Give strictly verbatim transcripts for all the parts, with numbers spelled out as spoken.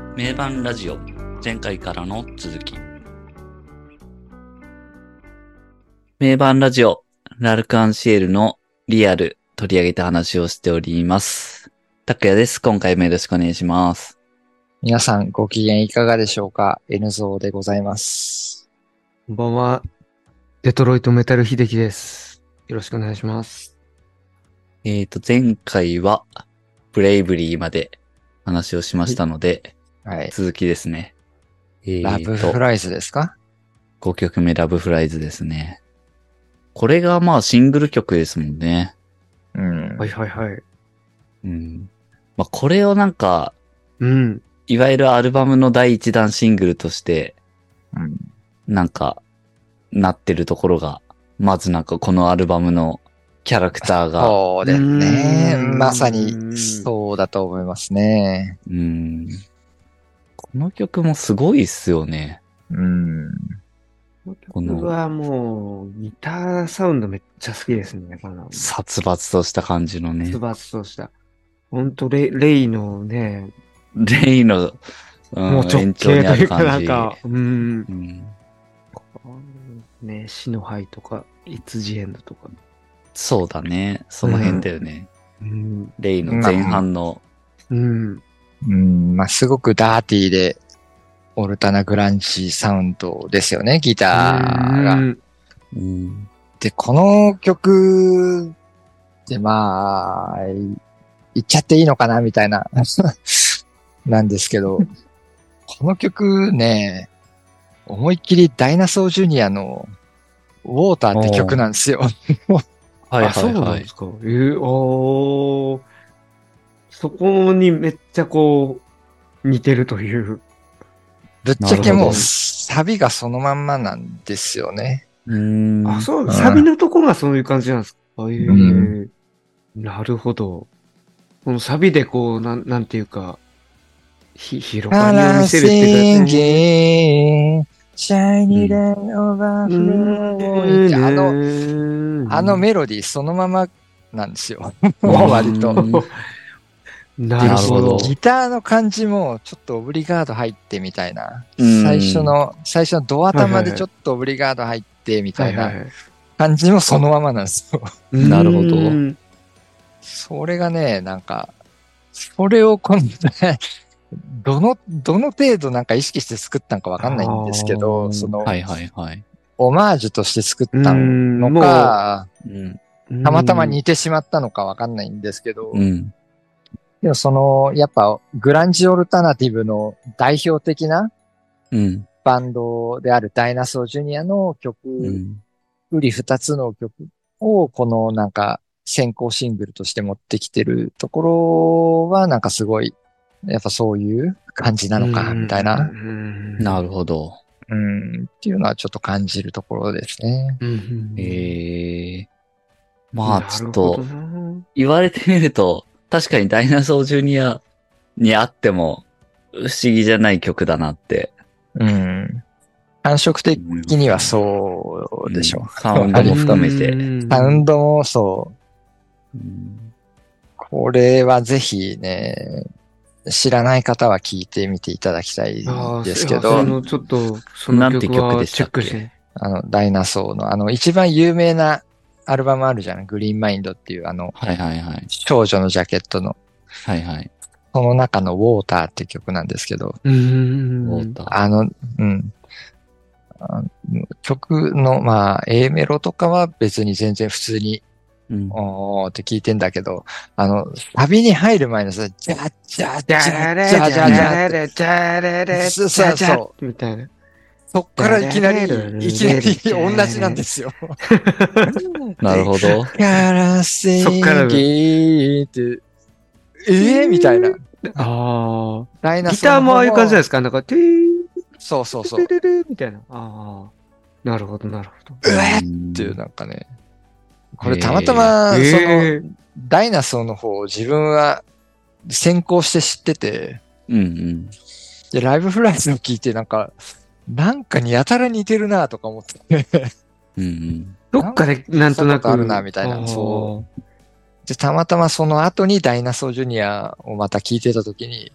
名盤ラジオ、前回からの続き。名盤ラジオ、ラルクアンシエルのリアル取り上げた話をしております。拓也です。今回もよろしくお願いします。 皆さんご機嫌いかがでしょうか？ N ゾーでございます。 こんばんは。デトロイトメタル秀樹です。よろしくお願いします。 えーと、前回はブレイブリーまで話をしましたので、 はい。 続きですね。えーと、 ラブフライズですか？ ごきょくめラブフライズですね。これがまあシングル曲ですもんね。 うん。 はいはいはい。 うん。まあこれをなんか、 うん。 いわゆるアルバムの第一弾シングルとして、 うん、 なんか、なってるところが、まずなんかこのアルバムのキャラクターが。 そうですね。まさにそうだと思いますね。 うん。この曲もすごいっすよね。 うん。 この曲はもう、ギターサウンドめっちゃ好きですね。この殺伐とした感じのね。 殺伐とした。ほんとレ、レイのね、 レイの、 うん、もう直径というかなんか、うん。うん、ね、死の灰とか、イッツジエンドとか。 そうだね。その辺だよね。 うん、 レイの前半の。 うん。うん、まあ、すごくダーティーで、オルタナグランジサウンドですよね、ギターが。うんうん、で、この曲ってまあ、言っちゃっていいのかなみたいな、なんですけど、この曲ね、思いっきりダイナソージュニアのウォーターって曲なんですよ。 はいはいはい。そうなんですか。えー、おー。そこにめっちゃこう、似てるという。 ぶっちゃけもう、サビがそのまんまなんですよね。 うーん。あ、そう、サビのとこがそういう感じなんですか。えーうん、なるほど。このサビでこう、なん、なんていうか、ひ、広がりを見せるっていうか、ね。 シャイニーレイオーバーフローってあの、あのメロディーそのままなんですよ。もう割と。 なるほど。 ギターの感じもちょっとオブリガード入ってみたいな。最初の、最初のドア玉でちょっとオブリガード入ってみたいな感じもそのままなんですよ。 なるほど。 それがね、なんか、それを今度ね、どの、どの程度なんか意識して作ったのかわかんないんですけど、その、 はいはいはい。 オマージュとして作ったのか、うん、たまたま似てしまったのかわかんないんですけど、うん、でもその、やっぱグランジオルタナティブの代表的なバンドであるダイナソージュニアの曲、うり二つの曲をこのなんか先行シングルとして持ってきてるところはなんかすごい、やっぱそういう感じなのか、みたいな。 なるほど。 うん、っていうのはちょっと感じるところですね。 へえー。まあちょっと、言われてみると、確かにダイナソージュニアにあっても不思議じゃない曲だなって。 うん。感触的にはそうでしょう。 うん、サウンドも含めて。 サウンドもそう。うん、これはぜひね、知らない方は聞いてみていただきたいですけど。 あの、ちょっと、その曲はチェックして。 あの、ダイナソーの、あの、一番有名なアルバムあるじゃん。グリーンマインドっていう、あの、 はいはいはい。 少女のジャケットの。 はいはい。 その中のウォーターっていう曲なんですけど。 うーん。ウォーター。 あの、うん。曲の、まあ、A メロとかは別に全然普通に、うん、おーって聞いてんだけど、あの、サビに入る前のさ、ジャッジャッジャッジャッジャッジャッジャッそうそうそう。 みたいな。 そっからいきなり、いきなり同じなんですよ。 なるほど。 からせそっからギーって、えーみたいな。 ああ。ダイナソーギターもああいう感じなんですか？なんか、てーそうそうそう。 みたいな。ああ。なるほど、なるほど。 うえっていうなんかね。これたまたま、その、ダイナソーの方を自分は先行して知ってて、 うんうん。 で、ライブフライズを聞いてなんか、なんかにやたら似てるなとか思って。 うんうん。 どっかでなんとなく。 あるなみたいな。そう。で、たまたまその後にダイナソージュニアをまた聞いてたときに、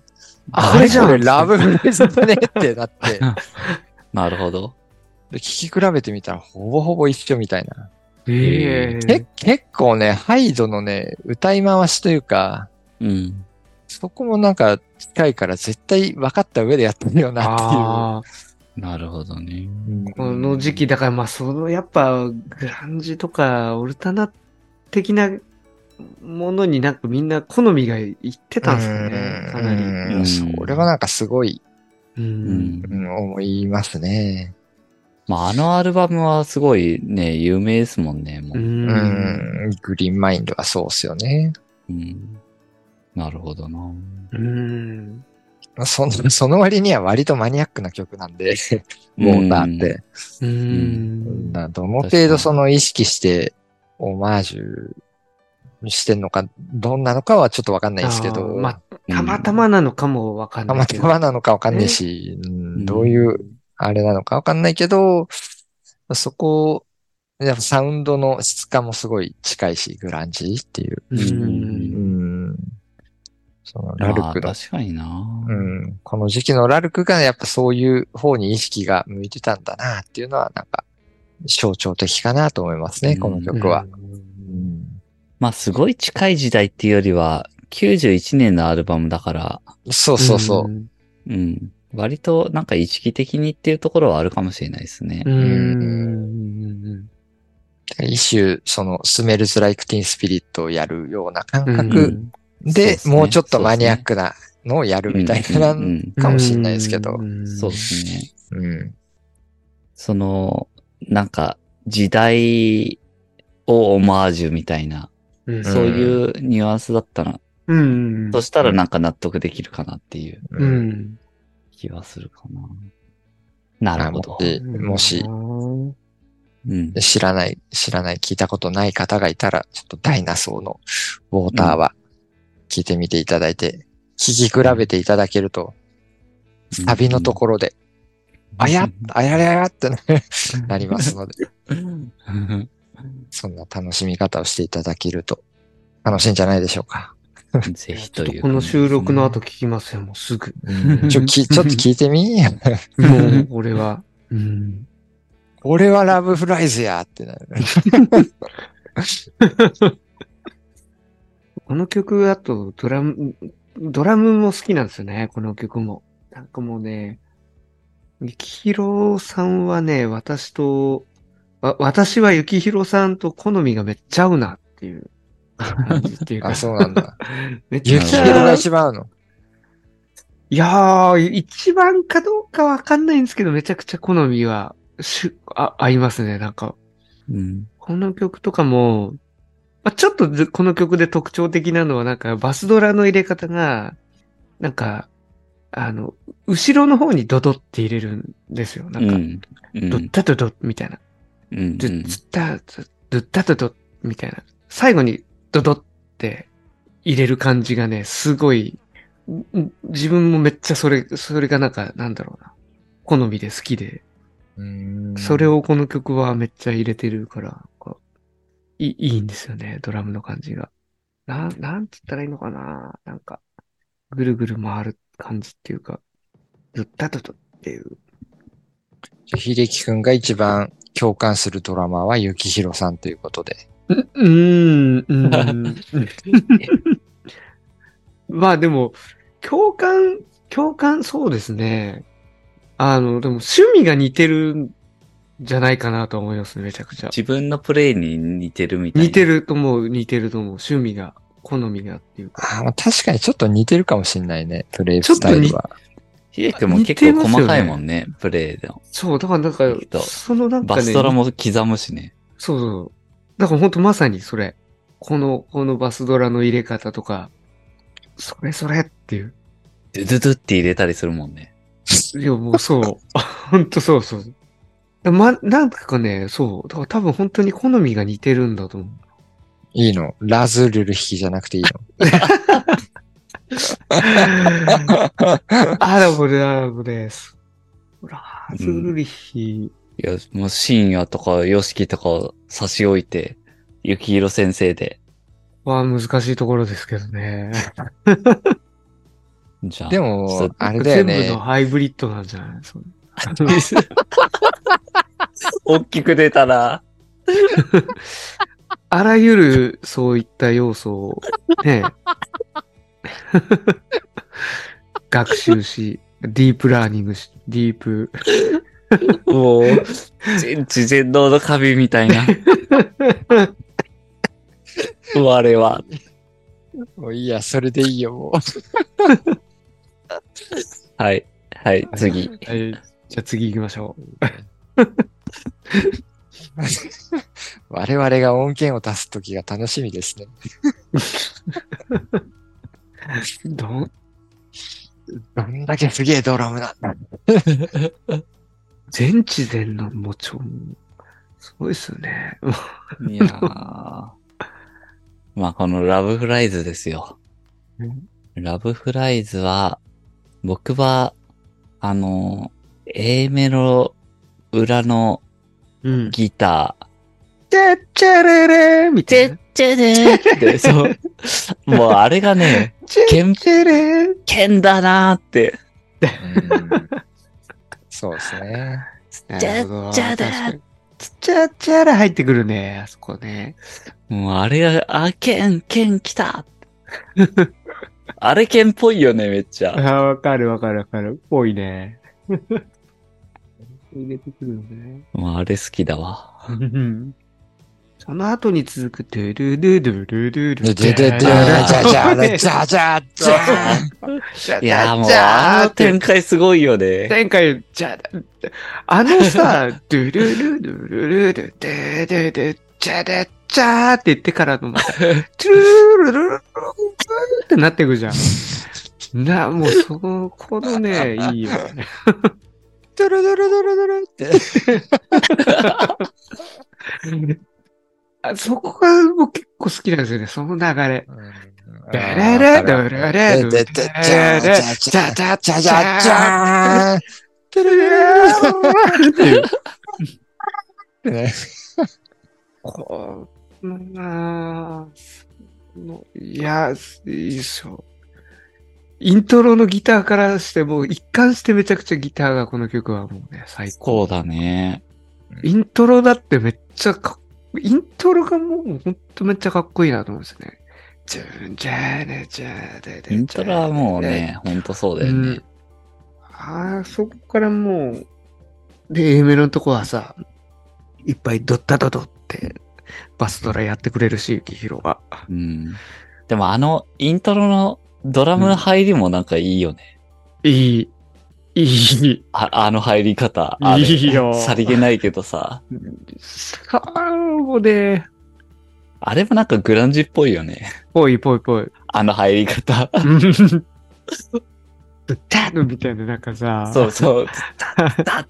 あ、これじゃんラブライズだねってなって。 なるほど。 で、聞き比べてみたらほぼほぼ一緒みたいな。 えー、け結構ね、ハイドのね、歌い回しというか、 うん、 そこもなんか近いから絶対分かった上でやってるよなっていう。なるほどね。 この時期だから、まあ、その、やっぱ、グランジとか、オルタナ的なものになんかみんな好みがいってたんですよね、かなり。 うん、それはなんかすごい、 うん、 うん、思いますね。 まあ、あのアルバムはすごいね、有名ですもんね、もう。 うん、グリーンマインドはそうっすよね。 うん、なるほどな。 うん。 その、その割には割とマニアックな曲なんで、ウォーターって。 うん。 どの程度その意識して、オマージュしてんのか、どんなのかはちょっとわかんないですけど。 まあ、たまたまなのかもわかんないけど。 たまたまなのかわかんないし、うん、どういう、あれなのかわかんないけど、そこ、やっぱサウンドの質感もすごい近いし、グランジっていう。 うん。 うんそのラルクの、まあ、 確かにな、 うん。この時期のラルクがやっぱそういう方に意識が向いてたんだなっていうのはなんか象徴的かなと思いますね、うん、この曲は、うん。 まあすごい近い時代っていうよりはきゅうじゅういちねんのアルバムだから。 そうそうそう。 うん。うん、割となんか意識的にっていうところはあるかもしれないですね。 うん。一種そのスメルズ・ライク・ティン・スピリットをやるような感覚、うんで、ね、もうちょっとマニアックなのをやるみたいな、かもしれないですけど。 そうですね。 うん。 その、なんか、時代をオマージュみたいな、うん、そういうニュアンスだったら、うん、そしたらなんか納得できるかなっていう、うん、気はするかな。なるほど。 もし、うん、知らない、知らない、聞いたことない方がいたら、ちょっとダイナソーのウォーターは、うん聞いてみていただいて、聞き比べていただけると、サビのところで、うん、あや、あやややってなりますので、そんな楽しみ方をしていただけると楽しいんじゃないでしょうか。 ぜひという、ね。 この収録の後聞きますよ、もうすぐ。 うん、ちょ、き、ちょっと聞いてみもう、俺は。うん、 俺はラブフライズやってなる。 この曲、あと、ドラム、ドラムも好きなんですよね、この曲も。なんかもうね、ゆきひろさんはね、私と、わ、私はゆきひろさんと好みがめっちゃ合うなっていう感じっていうか。 あ、そうなんだ。めっちゃ。ゆきひろが一番合うの？ いやー、一番かどうかわかんないんですけど、めちゃくちゃ好みは、しあ、合いますね、なんか。うん、この曲とかも、まあ、ちょっとこの曲で特徴的なのはなんかバスドラの入れ方が、なんか、あの、後ろの方にドドって入れるんですよ。なんか、うんうん、ドッタドドみたいな。うんうん、ドッタドッタドドみたいな。最後にドドって入れる感じがね、すごい、自分もめっちゃそれ、それがなんか、なんだろうな。好みで好きで。うんそれをこの曲はめっちゃ入れてるから、いい、いいんですよね、ドラムの感じが。な、なんて言ったらいいのかななんか、ぐるぐる回る感じっていうか、ずったととっていう。 秀樹くんが一番共感するドラマーはゆきひろさんということで。 う、うーん、うん。まあでも、共感、共感、そうですね。あの、でも趣味が似てるじゃないかなと思いますね、めちゃくちゃ。 自分のプレイに似てるみたいな。 似てると思う、似てると思う。趣味が、好みがっていうか。 あまあ、確かにちょっと似てるかもしれないね、プレイスタイルは。 ひでくんも結構細かいもんね、プレイでも。 そう、だからなんか、そのなんかね。 バストラも刻むしね。 そうそう。だからほんとまさにそれ。この、このバスドラの入れ方とか、それそれっていう。 ドゥドゥドゥって入れたりするもんね。 いや、もうそう。ほんとそうそう。ま、なんかね、そう。だから多分本当に好みが似てるんだと思う。 いいの？ラズルルヒじゃなくていいの？ あらぼれ、あらぼです。ラズルルヒ、うん。 いや、もう深夜とか、ヨシキとか差し置いて、ゆきひろ先生で。 は難しいところですけどね。 じゃあ。 でも、あれだよね。 全部のハイブリッドなんじゃないそ大きく出たな。 あらゆるそういった要素をね、学習し、ディープラーニングし、ディープ。 もう、全知全能の神みたいな。我は。 もういいや、それでいいよ、もう。 はい。はい、次。 はい。じゃあ次行きましょう。 我々が音源を出すときが楽しみですね。 ど、 どんだけすげえドラムなんだ。 全知全能もちょ、すごいっすよね。 いやー。まあ、このラブフライズですよ。ラブフライズは、僕は、あの、A メロ裏のギター、 チャッチャレレーみたいな。 チェレーって、そう。もうあれがね、剣、剣だなーって。 そうですね。 チャッチャだー。 チャッチャラ入ってくるね、あそこね。 もうあれが、あ、剣、剣来たあれ剣っぽいよね、めっちゃ。 あ、わかるわかるわかる。ぽいね。入れてくるね。 もうあれ好きだわ。 その後に続く、ドゥルルルルルルル。 じゃじゃじゃじゃじゃじゃじゃ。 いや、もうあの展開すごいよね。 展開、じゃあのさ、ドゥルルルルルル、ドゥドゥドゥ、じゃでじゃーって言ってからのまた、トゥルルルルルってなっていくじゃん。な、もうその、このね、いいよね。 ドゥルドゥルドゥルドゥルって。 あそこがもう結構好きなんですよね、その流れ。ダララダララダララダララじゃじゃじゃじゃじゃじゃーっていう。こんな、いや、いいっしょ。イントロのギターからしても、一貫してめちゃくちゃギターがこの曲はもうね、最高。 そうだね。 イントロだってめっちゃかっイントロがもうほんとめっちゃかっこいいなと思うんですよね。ジュンジャーネジャーデイントロはもうね、ほんとそうだよね。うん、 ああ、そこからもう、で、A メロのとこはさ、いっぱいドッタドドってバスドラやってくれるし、ユキヒロが。 うん。でもあのイントロのドラムの入りもなんかいいよね。 うん、いい。いい。 あ, あの入り方。あれいいよ。さりげないけどさ。 さあ、もうね。 あれもなんかグランジっぽいよね。 ぽいぽいぽい。 あの入り方。 ダッみたいななんかさ。 そうそう。ダッダッって。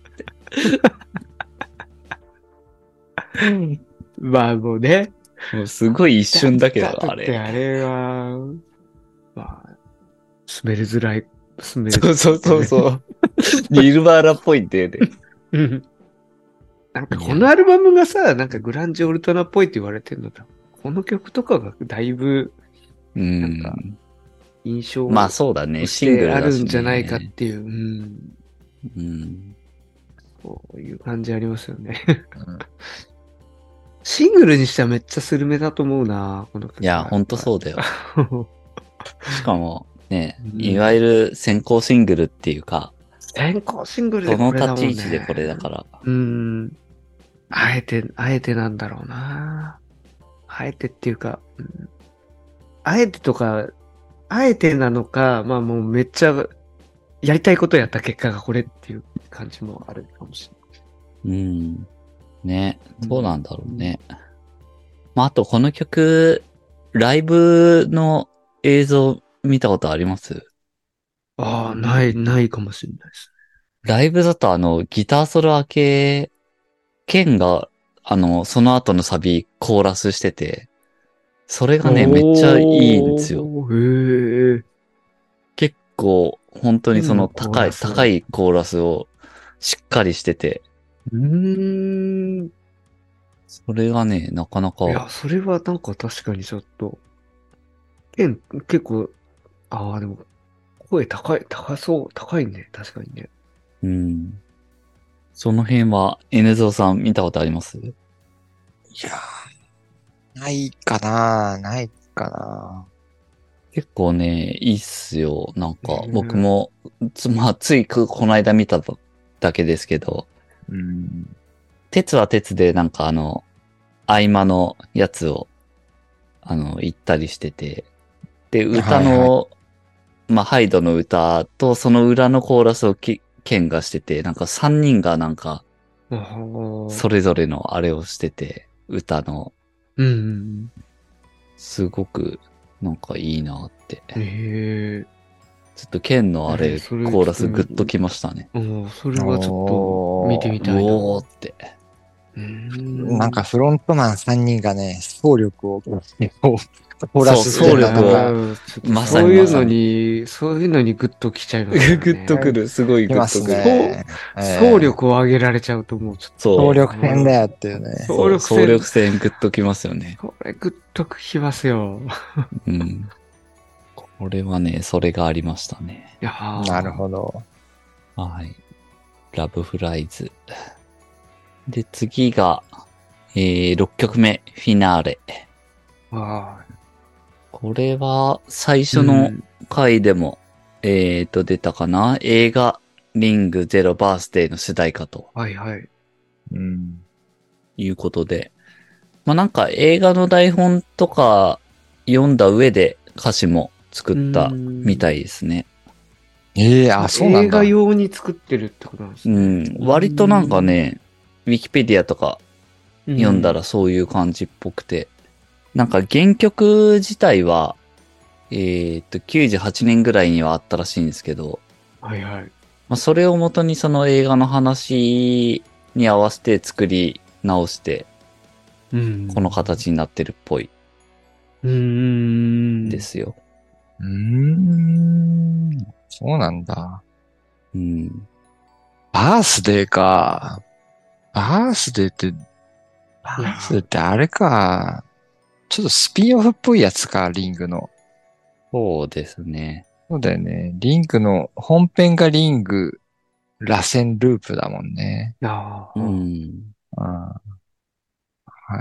まあもうね。 もうすごい一瞬だけど、あれ。 あれは、まあ、滑りづらい。 滑りづらい、ね。そうそうそうそう。ニルバーラっぽいんだよね。 なんかこのアルバムがさ、なんかグランジオルトナっぽいって言われてるのだ。この曲とかがだいぶ、なんか、印象まあそうだね、シングルあるんじゃないかっていう、うん。 うん。 そういう感じありますよね。うん、シングルにしてはめっちゃスルメだと思うな、この曲。 いや、ほんとそうだよ。しかも、ね、うん、いわゆる先行シングルっていうか、 先行シングルでこれだもんね。 その立ち位置でこれだから。 うん。あえて、あえてなんだろうな。あえてっていうか、うん、あえてとか、あえてなのか、まあもうめっちゃやりたいことやった結果がこれっていう感じもあるかもしれない。うん。ね、そうなんだろうね。うん、まああとこの曲、ライブの映像見たことあります？ ああ、ない、ないかもしれないですね。ライブだとあの、ギターソロ明け、ケンが、あの、その後のサビコーラスしてて、それがね、めっちゃいいんですよ。 へえ。 結構、本当にその高い、高いコーラスをしっかりしてて。 うーん。 それがね、なかなか。 いや、それはなんか確かにちょっと、ケン、結構、ああ、でも、 声高い、高そう、高いね。確かにね。 うん。その辺は、N ゾーさん見たことあります？いやー、ないかなないかな結構ね、いいっすよ。なんか、僕も、つ、まあ、ついこの間見ただけですけど、うん。鉄は鉄で、なんかあの、合間のやつを、あの、行ったりしてて、で、歌の、はいはい、まあ、ハイドの歌と、その裏のコーラスをき、ケンがしてて、なんかさんにんがなんか、それぞれのあれをしてて、歌の。うん。すごく、なんかいいなって。へえ。ちょっとケンのあれ、コーラスグッときましたね。 うん、それはちょっと見てみたいな。 おーって。 うんなんかフロントマンさんにんがね、総力を、コーラス総力を、 まさに。そういうのに、そういうのにグッときちゃいますね。 グッとくる。すごいグッとくる。 ね、総力を上げられちゃうともうちょっと。 総力戦だよっていうね。 総力戦。総力戦グッときますよね。 これグッときますよ。 うん。これはね、それがありましたね。 いやなるほど。 はい。ラブフライズ。で、次が、えー、ろっきょくめ、フィナーレ。あこれは、最初の回でも、うん、えーと、出たかな映画、リングゼロバースデーの主題歌と。 はいはい。 うん。いうことで。まあ、なんか映画の台本とか読んだ上で歌詞も作ったみたいですね。 ええー、あ、そうなんだ。 映画用に作ってるってことなんですね。 うん。割となんかね、ウィキペディアとか読んだらそういう感じっぽくて。なんか原曲自体は、えっと、きゅうじゅうはちねんぐらいにはあったらしいんですけど。 はいはい。 まあ、それをもとにその映画の話に合わせて作り直して、うん、この形になってるっぽい。うーん。ですよ。 うーん。そうなんだ。うん。バースデーか。バースデーって、バースデーってあれか。ちょっとスピンオフっぽいやつか、リングの。 そうですね。 そうだよね。リングの、本編がリング、螺旋ループだもんね。ああ。うん。あはい。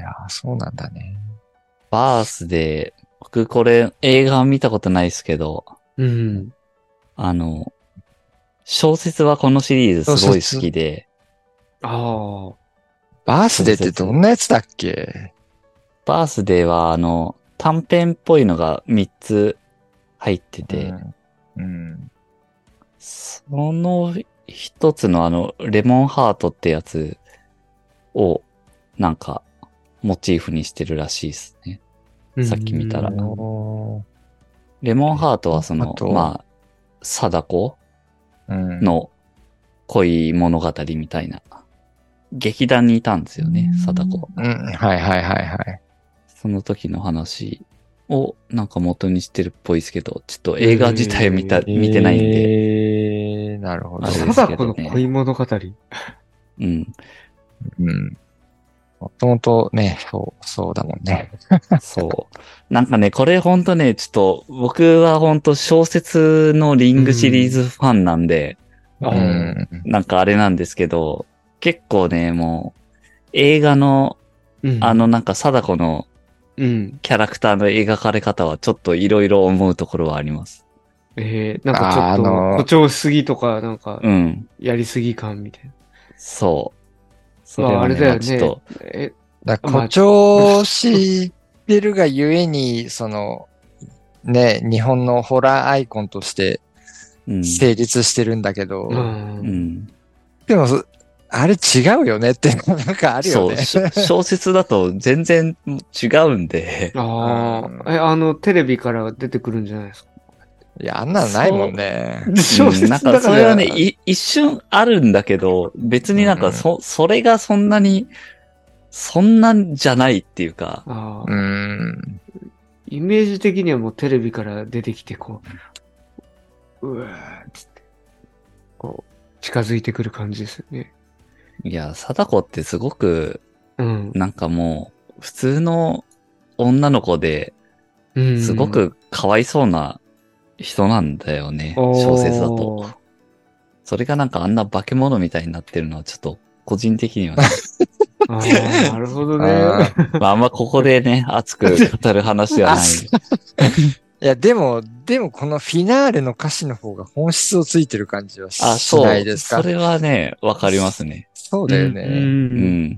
あそうなんだね。 バースデー、僕これ映画見たことないですけど、うん。あの、小説はこのシリーズすごい好きで。 ああ。バースデーってどんなやつだっけ？ バースデーはあの、短編っぽいのがみっつ入ってて、うん。うん、その一つのあの、レモンハートってやつを、なんか、モチーフにしてるらしいですね。さっき見たら。レモンハートはその、まあ、貞子の恋物語みたいな。劇団にいたんですよね、貞子。 うん、はいはいはいはい。 その時の話をなんか元にしてるっぽいですけど、ちょっと映画自体見た、えー、見てないんで。 えー、なるほど。 貞子の恋物語。 うん。 うん。もともとね、そう、そうだもんね。 そう。なんかね、これほんとね、ちょっと、僕はほんと小説のリングシリーズファンなんで、うん、なんかあれなんですけど、結構ね、もう、映画の、うん、あのなんか貞子の、キャラクターの描かれ方はちょっといろいろ思うところはあります。 ええー、なんかちょっと、誇張しすぎとか、なんか、うん。やりすぎ感みたいな。 そう。それは、ね、まあ、あれだよね。ちょっとえだ誇張してるがゆえに、その、ね、日本のホラーアイコンとして成立してるんだけど、うんうん、でも、あれ違うよねってなんかあるよね。 そう、小説だと全然違うんで。 ああ、え、あの、テレビから出てくるんじゃないですか。 いや、あんなのないもんね。 小説なんかそれはね、一瞬あるんだけど、別になんかそ、うん、それがそんなに、そんなんじゃないっていうか。あうん。 イメージ的にはもうテレビから出てきて、こう、うわーっつって、こう、近づいてくる感じですよね。 いや、貞子ってすごく、うん、なんかもう、普通の女の子で、すごくかわいそうな人なんだよね、小説だと。それがなんかあんな化け物みたいになってるのはちょっと個人的にはね。 ああ、なるほどね。あ, まあ、あんまここでね、熱く語る話はない。 いや、でも、でもこのフィナーレの歌詞の方が本質をついてる感じはしないですか？ あ、そう。それはね、わかりますね。 そうだよね。 うん。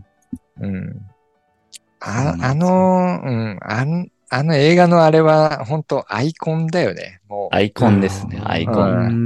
うん。あ、あの、うん、あの、あの映画のあれは本当アイコンだよね。もう。 アイコンですね、アイコン。 うん、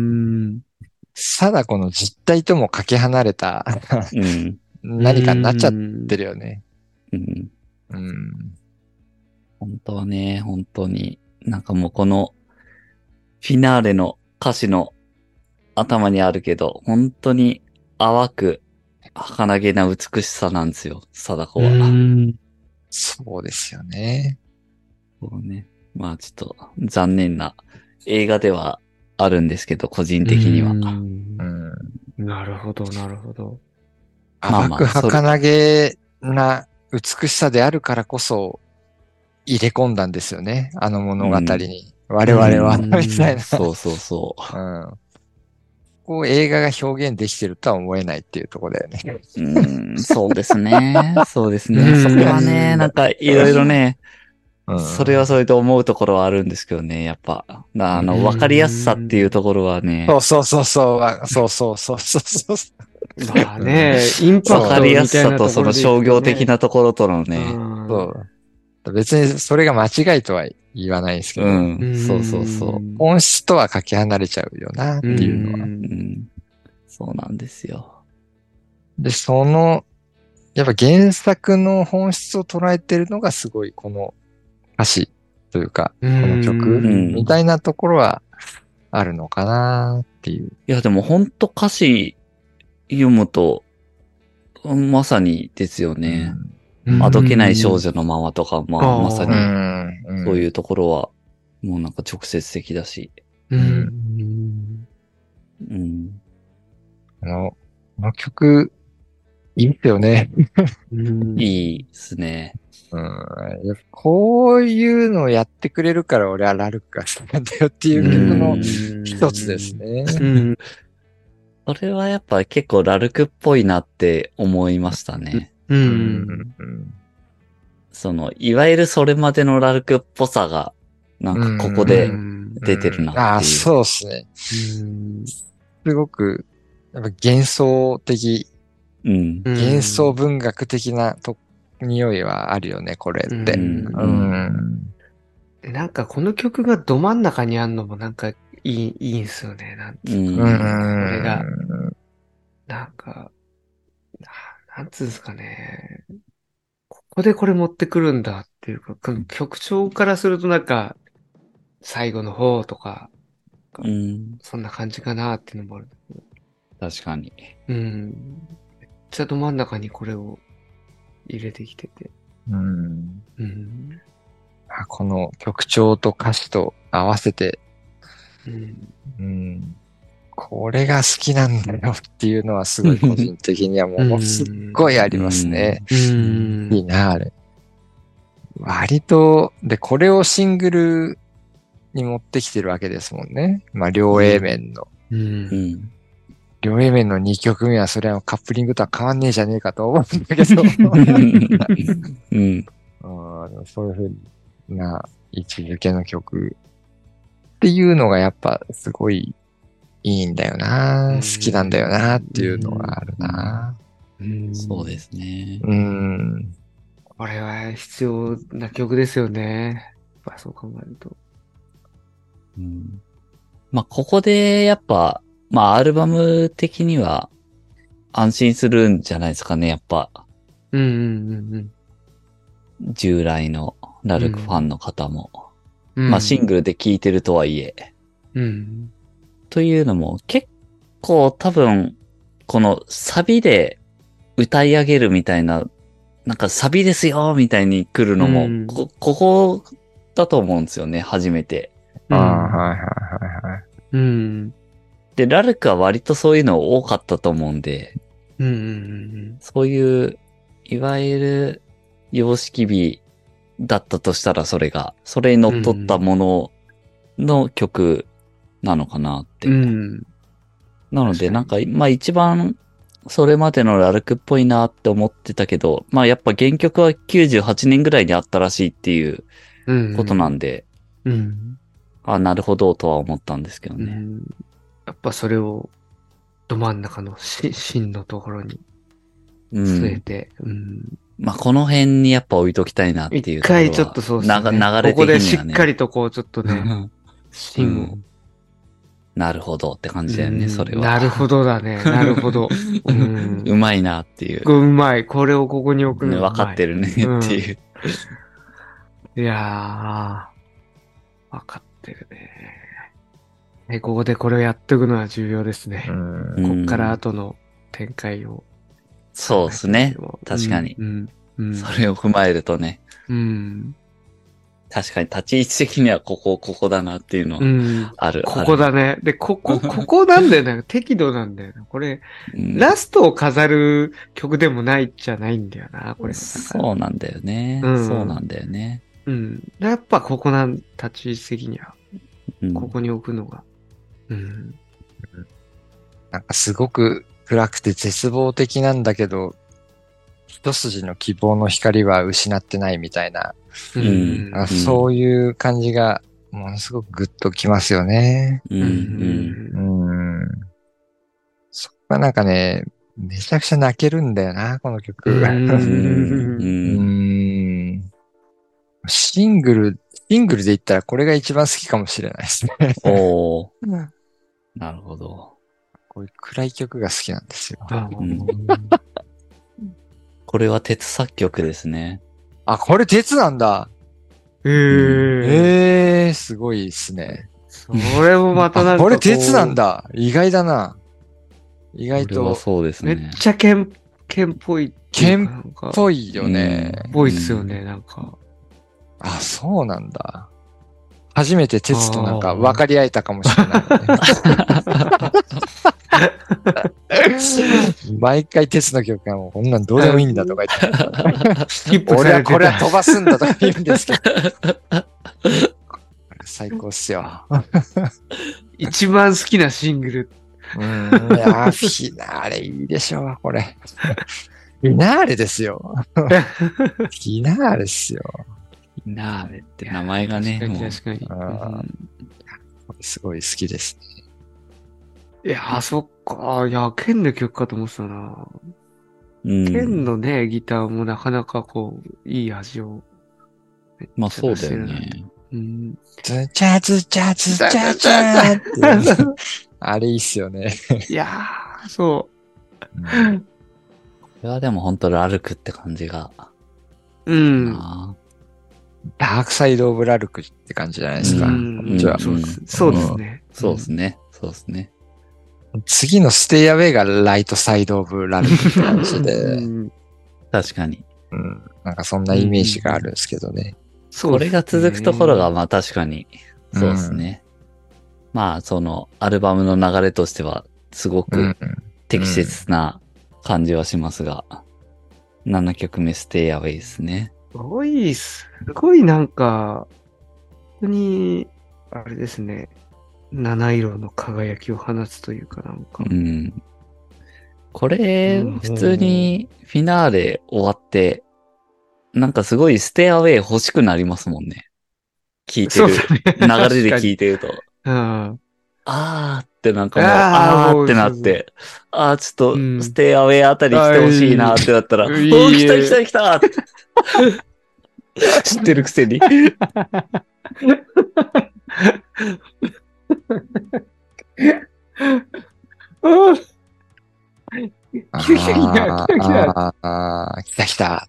貞子の実態ともかけ離れたうん、何かになっちゃってるよね。 うん。 うん。 本当はね、本当に。なんかもうこのフィナーレの歌詞の頭にあるけど、本当に淡く儚げな美しさなんですよ、貞子は。 そうですよね。 そうね。まあちょっと残念な映画ではあるんですけど、個人的には。うんうんなるほど、なるほど。 淡く儚げな美しさであるからこそ入れ込んだんですよね。あの物語に。うん、我々は、みたいな。 そうそうそう。 うん。こう映画が表現できてるとは思えないっていうところだよね。 うん、そうですね。そうですね。そこはね、なんかいろいろね、うん、それはそれで思うところはあるんですけどね、やっぱ。あの、わかりやすさっていうところはね。 そうそうそうそう、そうそうそうそうそう。 まあね、インパクトみたいなところで、ね。わかりやすさとその商業的なところとのね。 そう。別にそれが間違いとは言わないですけど。 うん。そうそうそう。 本質とはかけ離れちゃうよなっていうのは。うんうんそうなんですよ。 で、その、やっぱ原作の本質を捉えてるのがすごいこの歌詞というか、この曲みたいなところはあるのかなっていう。 いや、でも本当歌詞読むと、まさにですよね。あどけない少女のままとか、まあ、まさに、そういうところは、もうなんか直接的だし。うん。 うん。あの、この曲、いいですよね。 いいですね。 うん。こういうのをやってくれるから俺はラルクが好きなんだよっていう曲の一つですね。うんそれはやっぱ結構ラルクっぽいなって思いましたね。うん。その、いわゆるそれまでのラルクっぽさが、なんかここで出てるなっていう。 ああ、そうですね。すごく、やっぱ幻想的、うん、幻想文学的なと匂いはあるよね、これって。うん。 うんなんかこの曲がど真ん中にあんのもなんかいい、いいんすよね。なんつうか。これが、なんか、なんつうんですかね。ここでこれ持ってくるんだっていうか、曲調からするとなんか、最後の方とか、うん、そんな感じかなっていうのもある。 確かに。 うん。めっちゃど真ん中にこれを入れてきてて。うん。 うん、この曲調と歌詞と合わせて、うんうん、これが好きなんだよっていうのはすごい個人的にはものすっごいありますね。うんいいな、あれ。割と、で、これをシングルに持ってきてるわけですもんね。まあ、両 A 面の。うん、両 A 面のにきょくめはそれはカップリングとは変わんねえじゃねえかと思うんだけど。うん、あそういうふうな位置づけの曲っていうのがやっぱすごいいいんだよな、好きなんだよなっていうのがあるな。 うんそうですね。 うん。これは必要な曲ですよね。やっぱそう考えると。 うん、まあ、ここでやっぱ、まあ、アルバム的には安心するんじゃないですかね、やっぱ。うんうんうんうん。従来のラルクファンの方も。うん、まあ、シングルで聴いてるとはいえ。うん。というのも、結構多分、このサビで歌い上げるみたいな、なんかサビですよみたいに来るのも、うん、こ、ここだと思うんですよね、初めて。ああ、はいはいはいはい。うん。で、ラルクは割とそういうの多かったと思うんで、うんうんうん、そういう、いわゆる様式美だったとしたらそれが、それに乗っ取ったものの曲なのかなって。 うん。 なので、なんか、まあ一番、それまでのラルクっぽいなって思ってたけど、まあやっぱ原曲はきゅうじゅうはちねんぐらいにあったらしいっていうことなんで、 うんうん、 あ、なるほどとは思ったんですけどね。 うん、やっぱそれをど真ん中のし芯のところに据えて、うんうん、 まあこの辺にやっぱ置いときたいなっていうところは。 一回ちょっとそうですね。 流れ的にはね。 ここでしっかりとこうちょっとね、芯を、うん。 なるほどって感じだよね、それは。 なるほどだね。なるほど。 うん、うまいなっていう。 うまい。これをここに置くのが分かってるねっていう。 うん、いやー、分かってるね。ね、ここでこれをやっていくのは重要ですね。こっから後の展開を。 そうですね。確かに、うんうん。それを踏まえるとね。 うん、 確かに立ち位置的にはここ、ここだなっていうのはある。 うん、ここだね。で、ここ、ここなんだよね。適度なんだよな。これ、うん、ラストを飾る曲でもないじゃないんだよな、これ。 そうなんだよね、うん。そうなんだよね。 うん。やっぱここなん、立ち位置的には。ここに置くのが。うん。うん、 なんかすごく暗くて絶望的なんだけど、一筋の希望の光は失ってないみたいな、うん、そういう感じがものすごくグッときますよね。うんうんうん、そこがなんかね、めちゃくちゃ泣けるんだよな、この曲。うんシングル、シングルで言ったらこれが一番好きかもしれないですね。 おー。なるほど。 こういう暗い曲が好きなんですよ。うんこれは鉄作曲ですね。 あ、これ鉄なんだ。 へー。 えー、すごいですね。 それもまたなんかこれ鉄なんだ。意外だな。意外と。 そうですね。 めっちゃ剣、剣っぽい。 剣っぽいよね。 っぽいっすよね、なんか。 あ、そうなんだ。初めて鉄となんか分かり合えたかもしれない、ね。毎回鉄の曲がもうこんなんどうでもいいんだとか言って。俺はこれは飛ばすんだとか言うんですけど。最高っすよ。 一番好きなシングル。 うん。いや、フィナーレいいでしょ、これ。フィナーレですよ。フィナーレっすよ。 フィナーレって名前がね。 確かに確かに。 これすごい好きですね。いや、そっか。いや、ケンの曲かと思ってたな。うん、ケンのね、ギターもなかなかこう、いい味を。 まあそうだよね。 うん、ズチャズチャズチャズチャって。あれいいっすよね。 いやー、そう。 うん、これはでも本当ラルクって感じが。 うん。 ダークサイドオブラルクって感じじゃないですか。うん、 じゃあ、そうです。そうですね。 そうですね。そうですね。 次のステイアウェイがライトサイドオブラルクって感じで。うん、 確かに。 うん。なんかそんなイメージがあるんですけどね。 うん、これが続くところがまあ確かに。そうですね。うん、まあそのアルバムの流れとしてはすごく適切な感じはしますが。ななきょくめステイアウェイですね。 すごい、すごいなんか、本当に、あれですね。七色の輝きを放つというかなんか。 うん。これ、うん、普通にフィナーレ終わって、なんかすごいステイアウェイ欲しくなりますもんね。聞いてる。ね、流れで聞いてると。 うん、 あーってなんかもう、あーってなって、あーちょっとステイアウェイあたり来てほしいなってなったら、うん、おー来た来た来たって知ってるくせに。 ああ、来た来たって。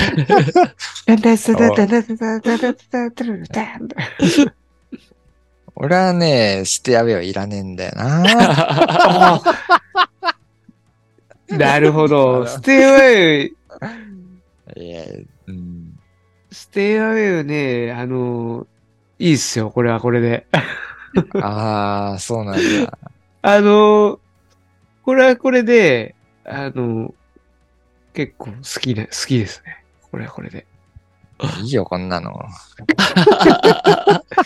俺はね、ステアウェイはいらねえんだよな。 なるほど。ステアウェイ。 いや、うん、 ステアウェイね、あの、いいっすよ、これはこれで。 ああ、そうなんだ。 あの、これはこれで、あの、結構好きで、好きですね。これはこれで。 いいよ、こんなの。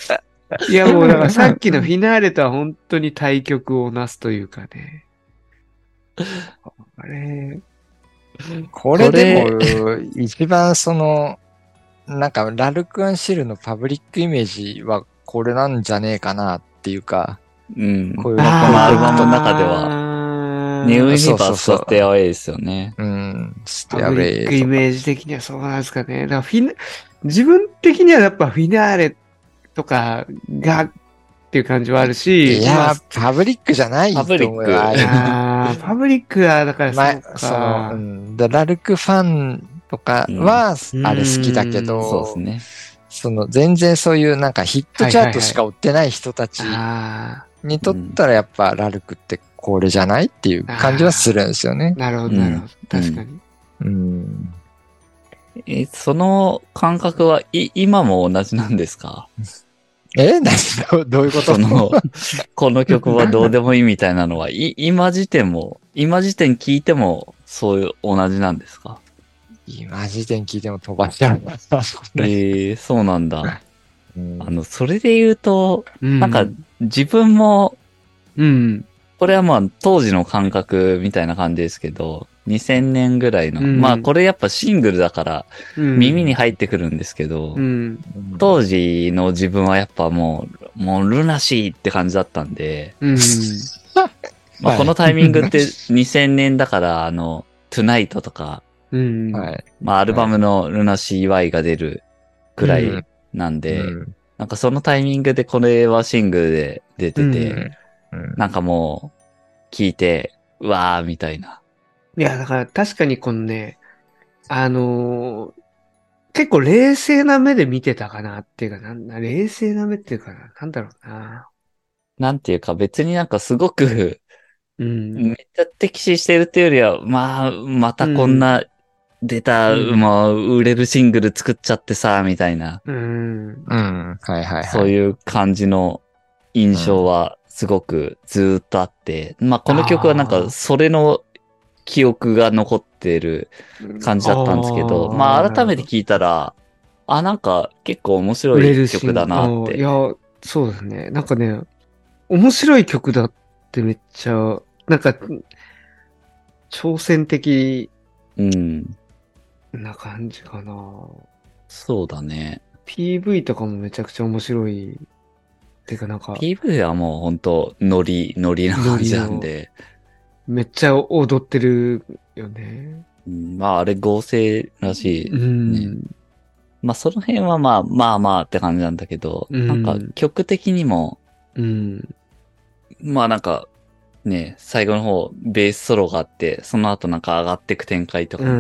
いやもうだからさっきのフィナーレとは本当に対極をなすというかね。あれ。 これでも、一番その、なんか、ラルク・アンシェルのパブリックイメージはこれなんじゃねえかなっていうか、 うん。 こういうこのアルバムの中では、ニューユニバースとステアウェイですよね。 うん。ステアウェイ。パブリックイメージ的にはそうなんですかね。だからフィナ、自分的にはやっぱフィナーレとかがっていう感じはあるし。 いやー、まあ、パブリックじゃないと思うよ。 パブリック。 あパブリックは、だからそうか。 まあ、その、うん、ラルクファンとかは、あれ好きだけど、 うん、そうですね。 その、全然そういうなんかヒットチャートしか追ってない人たちにとったらやっぱラルクってこれじゃないっていう感じはするんですよね。 なるほど、なるほど。確かに。 うん。 え、その感覚はい今も同じなんですか？ え何どういうことその、この曲はどうでもいいみたいなのは、い、今時点も、今時点聞いても、そういう同じなんですか？ 今時点聞いても飛ばしちゃう。 ええー、そうなんだ。うん、あの、それで言うと、うん、なんか、自分も、 うん。 これはまあ、当時の感覚みたいな感じですけど、にせんねんぐらいの、うん、まあ、これやっぱシングルだから、耳に入ってくるんですけど、うん、当時の自分はやっぱもう、もうルナシーって感じだったんで、うん、まあこのタイミングってにせんねんだから、あの、トゥナイトとか、うん、まあアルバムのルナシー ワイ が出るくらいなんで、うん、なんかそのタイミングでこれはシングルで出てて、うん、なんかもう、聞いて、うわーみたいな。 いや、だから確かにこのね、あのー、結構冷静な目で見てたかなっていうか、なんだ、冷静な目っていうかな、なんだろうな。 なんていうか別になんかすごく、うん、めっちゃ敵視してるっていうよりは、まあ、またこんな出た、うん、まあ、売れるシングル作っちゃってさ、みたいな。 うん。うん。はいはいはい。 そういう感じの印象はすごくずーっとあって、うん、まあこの曲はなんかそれの記憶が残ってる感じだったんですけど、あまあ改めて聞いたら、あ、なんか結構面白い曲だなって。 いや、そうですね。なんかね、面白い曲だってめっちゃ、なんか、挑戦的な感じかな、うん。 そうだね。 ピーブイ とかもめちゃくちゃ面白い。てかなんか。 ピーブイ はもうほんとノリ、ノリな感じなんで。 めっちゃ踊ってるよね。 うん、まああれ合成らしい、ね。うん、まあその辺はまあまあまあって感じなんだけど、うん、なんか曲的にも、うん、まあなんかね、最後の方ベースソロがあって、その後なんか上がっていく展開とか。うん、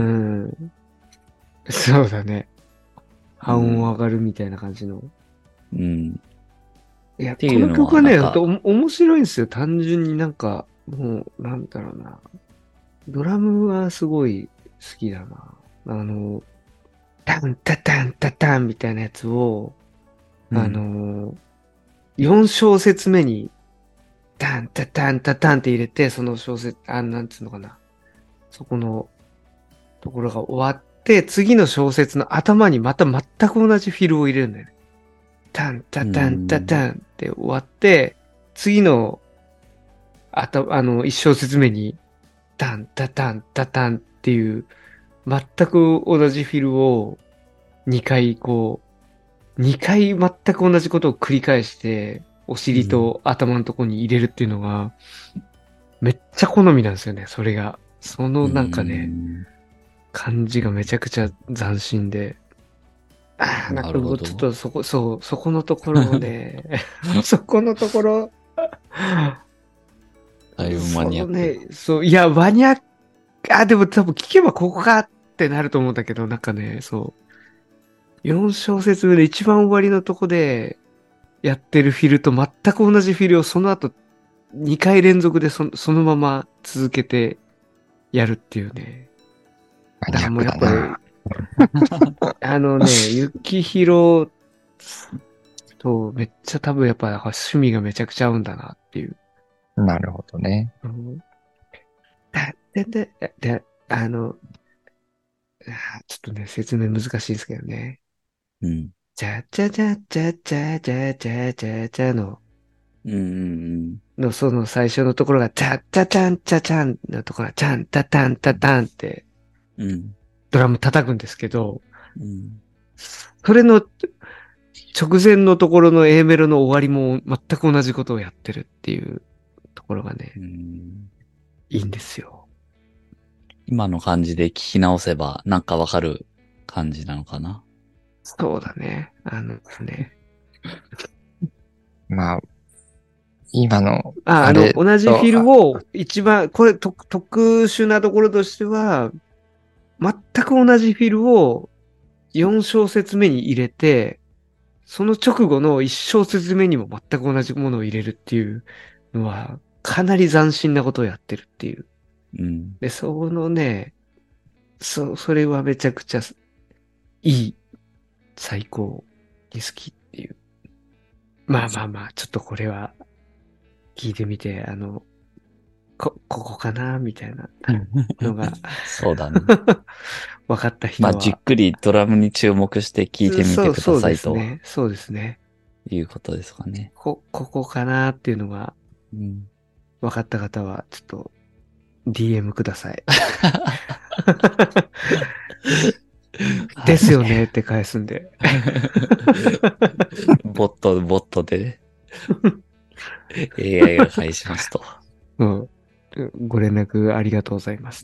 そうだね。半音上がるみたいな感じの。うん。いや、この曲はね、ほんと面白いんですよ。単純になんか、もう、なんだろうな。ドラムはすごい好きだな。あの、タンタタンタタンみたいなやつを、うん、あの、よん小節目に、タンタタンタタンって入れて、その小節、あ、なんつうのかな。そこのところが終わって、次の小節の頭にまた全く同じフィルを入れるんだよね。タンタタンタタンって終わって、次の、あた、あの、一小節目に、タンタタンタタンっていう、全く同じフィルをにかいこう、にかい全く同じことを繰り返して、お尻と頭のところに入れるっていうのが、めっちゃ好みなんですよね、それが。そのなんかね、感じがめちゃくちゃ斬新で。ああ、なんかもうちょっとそこ、そう、そこのところをね、そこのところ、 だいぶマニアック。 ね、そう、いや、マニアック、あ、でも多分聞けばここかってなると思うんだけど、なんかね、そう。よん小節目で一番終わりのとこでやってるフィルと全く同じフィルをその後にかい連続でそそのまま続けてやるっていうね。だからもうやっぱり、あのね、ゆきひろとめっちゃ多分やっぱ趣味がめちゃくちゃ合うんだなっていう。 なるほどね。うん、 で、で、で、あの、ちょっとね、説明難しいですけどね。うん。 チャチャチャチャチャチャチャチャチャの、 うんうんのその最初のところが、チャチャチャンチャチャンのところが、チャンタタンタタンって、 うん。 ドラム叩くんですけど、 うん、 それの直前のところの A メロの終わりも全く同じことをやってるっていうところがね、 うん、 いいんですよ。 今の感じで聞き直せばなんかわかる感じなのかな。 そうだね。あのね。 まあ、今の、 あ、あの、同じフィルを一番、これ特殊なところとしては、全く同じフィルをよん小節目に入れて、その直後のいち小節目にも全く同じものを入れるっていうのは、かなり斬新なことをやってるっていう。 うん、 で、そのね、そ、それはめちゃくちゃいい、最高に好きっていう。まあまあまあ、ちょっとこれは聞いてみて、あの、こ、ここかなみたいなのが。 そうだね。 分かった人は。 まあ、じっくりドラムに注目して聞いてみてくださいと。そうですね。そうですね。 いうことですかね。 こ、ここかなっていうのが、 うん、 分かった方は、ちょっと、ディーエム ください。ですよねって返すんで。 ボット、ボットで、エーアイ が返しますと。 うん。ご連絡ありがとうございます。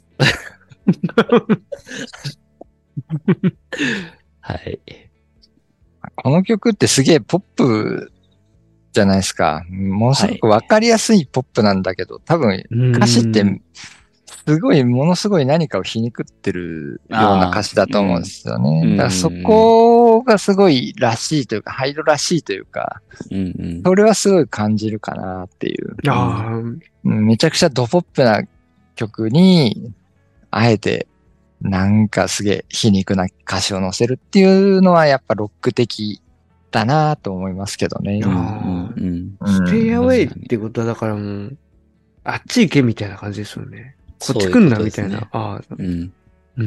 はい。 この曲ってすげえポップじゃないですか。ものすごくわかりやすいポップなんだけど、多分歌詞ってすごい、ものすごい何かを皮肉ってるような歌詞だと思うんですよね。だからそこがすごいらしいというか、ハイドらしいというか、 うんうん、 それはすごい感じるかなっていう。 あめちゃくちゃドポップな曲に、あえてなんかすげえ皮肉な歌詞を載せるっていうのはやっぱロック的だなと思いますけどね。 ああ、ステイアウェイってことはだからもう、あっち行けみたいな感じですよね。こっち来んなみたいな。ああ、 うん。うん。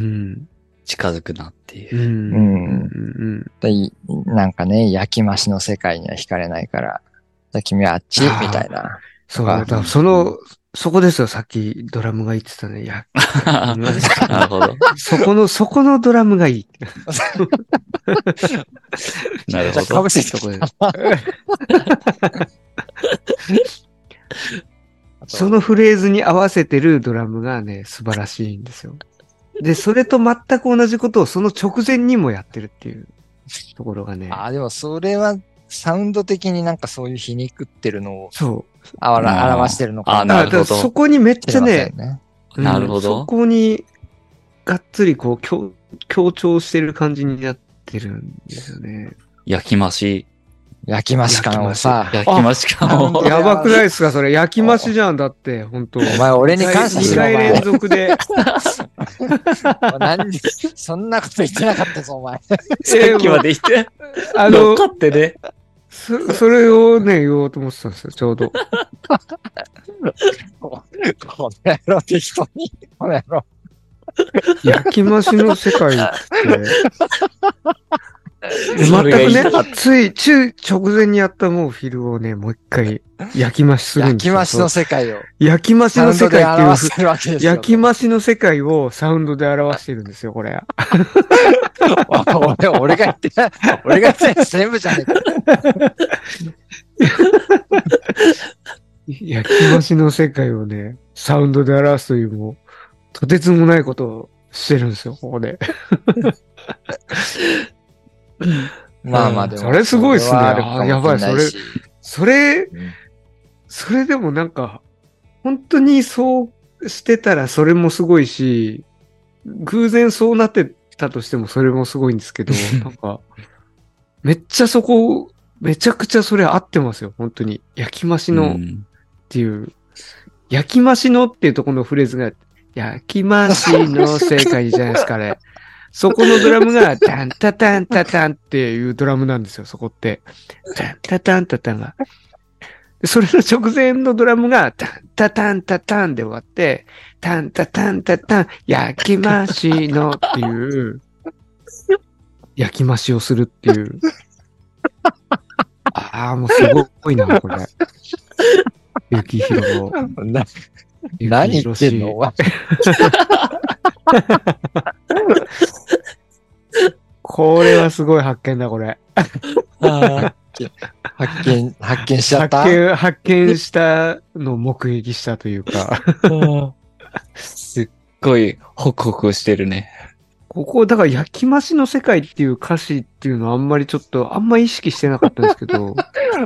近づくなっていう。 うん。うんうん、なんかね、焼き増しの世界には惹かれないから、君はあっちみたいな。 そうだ、だその、そこですよ、さっきドラムが言ってたね。いや、 なるほど。 そこの、そこのドラムがいい。 なるほど。 かぶせとこで。 そのフレーズに合わせてるドラムがね、素晴らしいんですよ。で、それと全く同じことをその直前にもやってるっていうところがね。 ああ、でもそれはサウンド的になんかそういう皮肉ってるのを。 そう。 あら、表してるのかな。 あ、なるほど。 そこにめっちゃね、 ねうん、 なるほど。 そこにがっつりこう強、強調してる感じになってるんですよね。 焼き増し。 焼き増し感をさ。 焼き増し感を。 やばくないですかそれ。焼き増しじゃん。だって、本当お前俺に感謝しろ。 にかい連続で。 何そんなこと言ってなかったぞ、お前。さっきまで言って。 あの、 乗っかってね。 そ、それをね、言おうと思ってたんですよ、ちょうど。 この野郎適当に。この野郎。 焼き増しの世界って。全くね、つい、中、直前にやったもうフィルをね、もう一回焼き増しするんですよ。 焼き増しの世界を。 焼き増しの世界っていう、焼き増しの世界をサウンドで表してるんですよ、これ。 俺、俺が言ってない、俺が言ってない全部じゃねえか。 焼き増しの世界をね、サウンドで表すというもう、とてつもないことをしてるんですよ、ここで。 まあまあでも。 それすごいっすね。あ、やばい、それ、それ、うん、それでもなんか、本当にそうしてたらそれもすごいし、偶然そうなってたとしてもそれもすごいんですけど、なんか、めっちゃそこ、めちゃくちゃそれ合ってますよ、本当に。焼き増しのっていう、うん、焼き増しのっていうところのフレーズが、焼き増しの世界じゃないですかね。そこのドラムが、タンタタンタタンっていうドラムなんですよ、そこって。タンタタンタタンが。それの直前のドラムが、タンタタンタタンで終わって、タンタタンタタン、焼き増しのっていう、焼き増しをするっていう。 ああ、もうすごいな、これ。ゆきひろ。 な何言ってんのお前。 これはすごい発見だ、これ。 発見、発見しちゃった発見、発見したのを目撃したというか。 すっごいホクホクしてるね。 ここ、だから焼き増しの世界っていう歌詞っていうのはあんまりちょっと、あんま意識してなかったんですけど。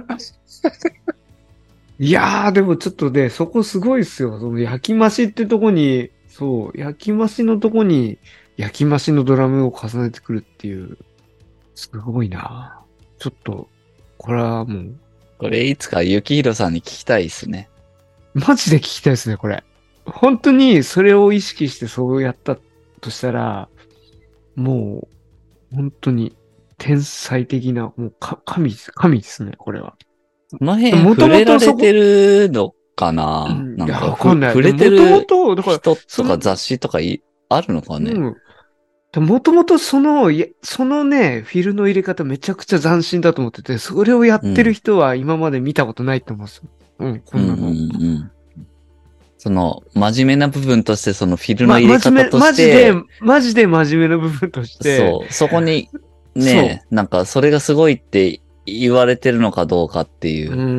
いやー、でもちょっとね、そこすごいっすよ。その焼き増しってとこに、そう、焼き増しのとこに、焼き増しのドラムを重ねてくるっていう、すごいな。ちょっと、これはもう。 これいつかゆきひろさんに聞きたいですね。 マジで聞きたいですね、これ。本当にそれを意識してそうやったとしたら、もう、本当に天才的な、もうか神です、神ですね、これは。 この辺触れられてるのかな、うん、なんかわかんない。 触れてる人とか雑誌とかいあるのかね。 もともとその、そのね、フィルの入れ方めちゃくちゃ斬新だと思ってて、それをやってる人は今まで見たことないと思うんですよ。うん、こんなの。うんうんうんその、真面目な部分として、そのフィルの入れ方として、 ま、マジで、マジで真面目な部分として。 そう、そこに、ね、なんか、それがすごいって言われてるのかどうかっていう。 うん。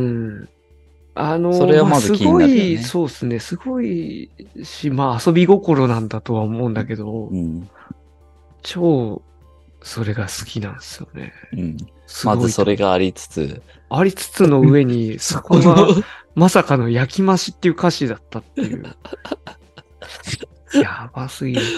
あの、 それはまず気になるよね。 すごい、そうですね、すごいし、まあ遊び心なんだとは思うんだけど、うん、超、それが好きなんですよね。 うん。まずそれがありつつ。 ありつつの上に、そこが、まさかの焼き増しっていう歌詞だったっていう。やばすぎる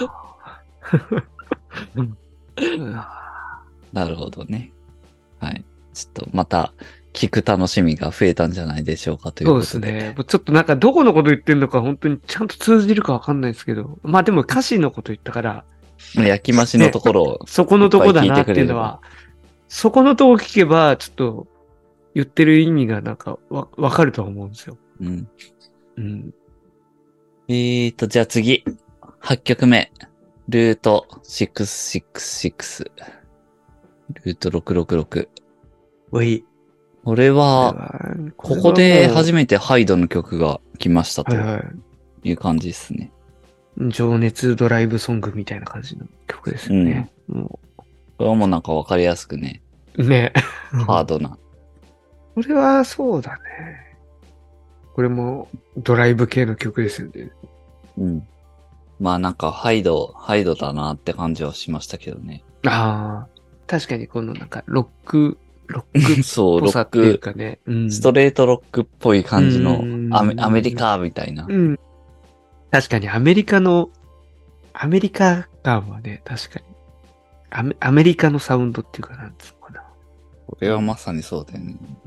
な。なるほどね。はい。ちょっとまた聞く楽しみが増えたんじゃないでしょうかということで。 そうですね。ちょっとなんかどこのこと言ってんのか本当にちゃんと通じるかわかんないですけど。まあでも歌詞のこと言ったから。 焼き増しのところを、 ね。そこのとこだなっていうのは、そこのとこ聞けば、ちょっと、言ってる意味がなんかわ、わかると思うんですよ。 うん。 うん。 えーと、じゃあ次。はちきょくめ。ルートろくろくろく。ルートろくろくろく。 おい。 これは、ここで初めてハイドの曲が来ましたという感じですね。 はいはい、情熱ドライブソングみたいな感じの曲ですよね。うん、もうこれはもうなんかわかりやすくね。 ね。 ハードな。 これはそうだね。これもドライブ系の曲ですよね。 うん。まあなんかハイド、ハイドだなって感じはしましたけどね。 ああ。確かにこのなんかロック、ロックっぽさっていうかね。 うん、ストレートロックっぽい感じのアメ、アメリカみたいな、 うん。確かにアメリカの、アメリカ感はね、確かに。アメ、アメリカのサウンドっていうかなんつうのかな。 これはまさにそうだよね。うん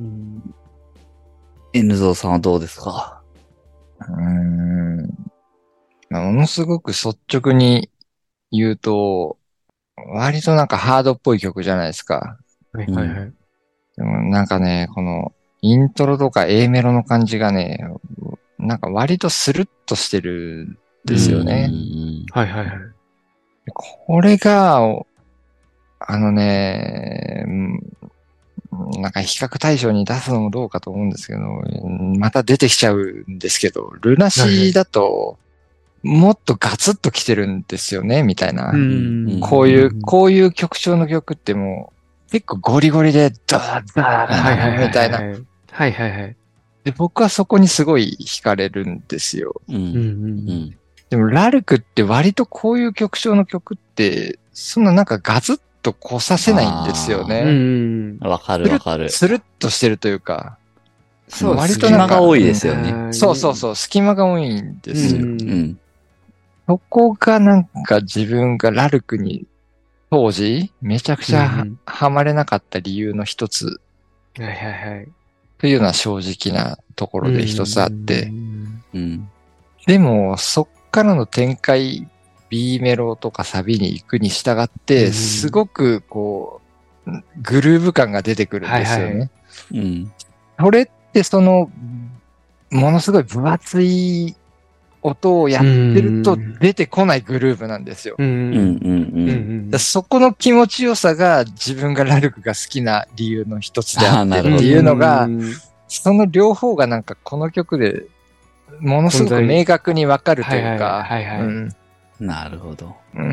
、N ゾーさんはどうですか？ うーん。ものすごく率直に言うと、割となんかハードっぽい曲じゃないですか。 はいはいはい。 でもなんかね、このイントロとか A メロの感じがね、なんか割とスルッとしてるんですよね。 はいはいはい。 これが、あのね、なんか比較対象に出すのもどうかと思うんですけど、また出てきちゃうんですけど、ルナシーだと、もっとガツッと来てるんですよね、みたいな。こういう、こういう曲調の曲ってもう、結構ゴリゴリで、ダーダーみたいな。はいはいはい。 で、僕はそこにすごい惹かれるんですよ。 うんうんうん、 でも、ラルクって割とこういう曲調の曲って、そんななんかガツッと来させないんですよね。 わかるわかる。 スルッとしてるというか。 そう、割となんか多いですよね。 そうそうそう、隙間が多いんですよ。うんうんそこがなんか自分がラルクに当時めちゃくちゃ は,、うん、はまれなかった理由の一つ。 はいはいはい。 というのは正直なところで一つあって。 うん、 でもそっからの展開、B メロとかサビに行くに従って、すごくこう、グルーヴ感が出てくるんですよね。はいはいうん、 それってその、ものすごい分厚い音をやってると出てこないグルーヴなんですよ。そこの気持ちよさが自分がラルクが好きな理由の一つであってっていうのが、その両方がなんかこの曲でものすごく明確にわかるというか。 なるほど。 うん、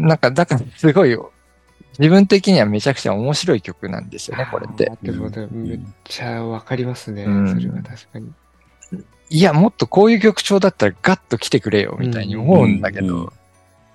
なんかだからすごいよ。自分的にはめちゃくちゃ面白い曲なんですよね、これって。 めっちゃわかりますね、うん、それは確かに。 いや、もっとこういう曲調だったらガッと来てくれよ、みたいに思うんだけど、うんうんうん、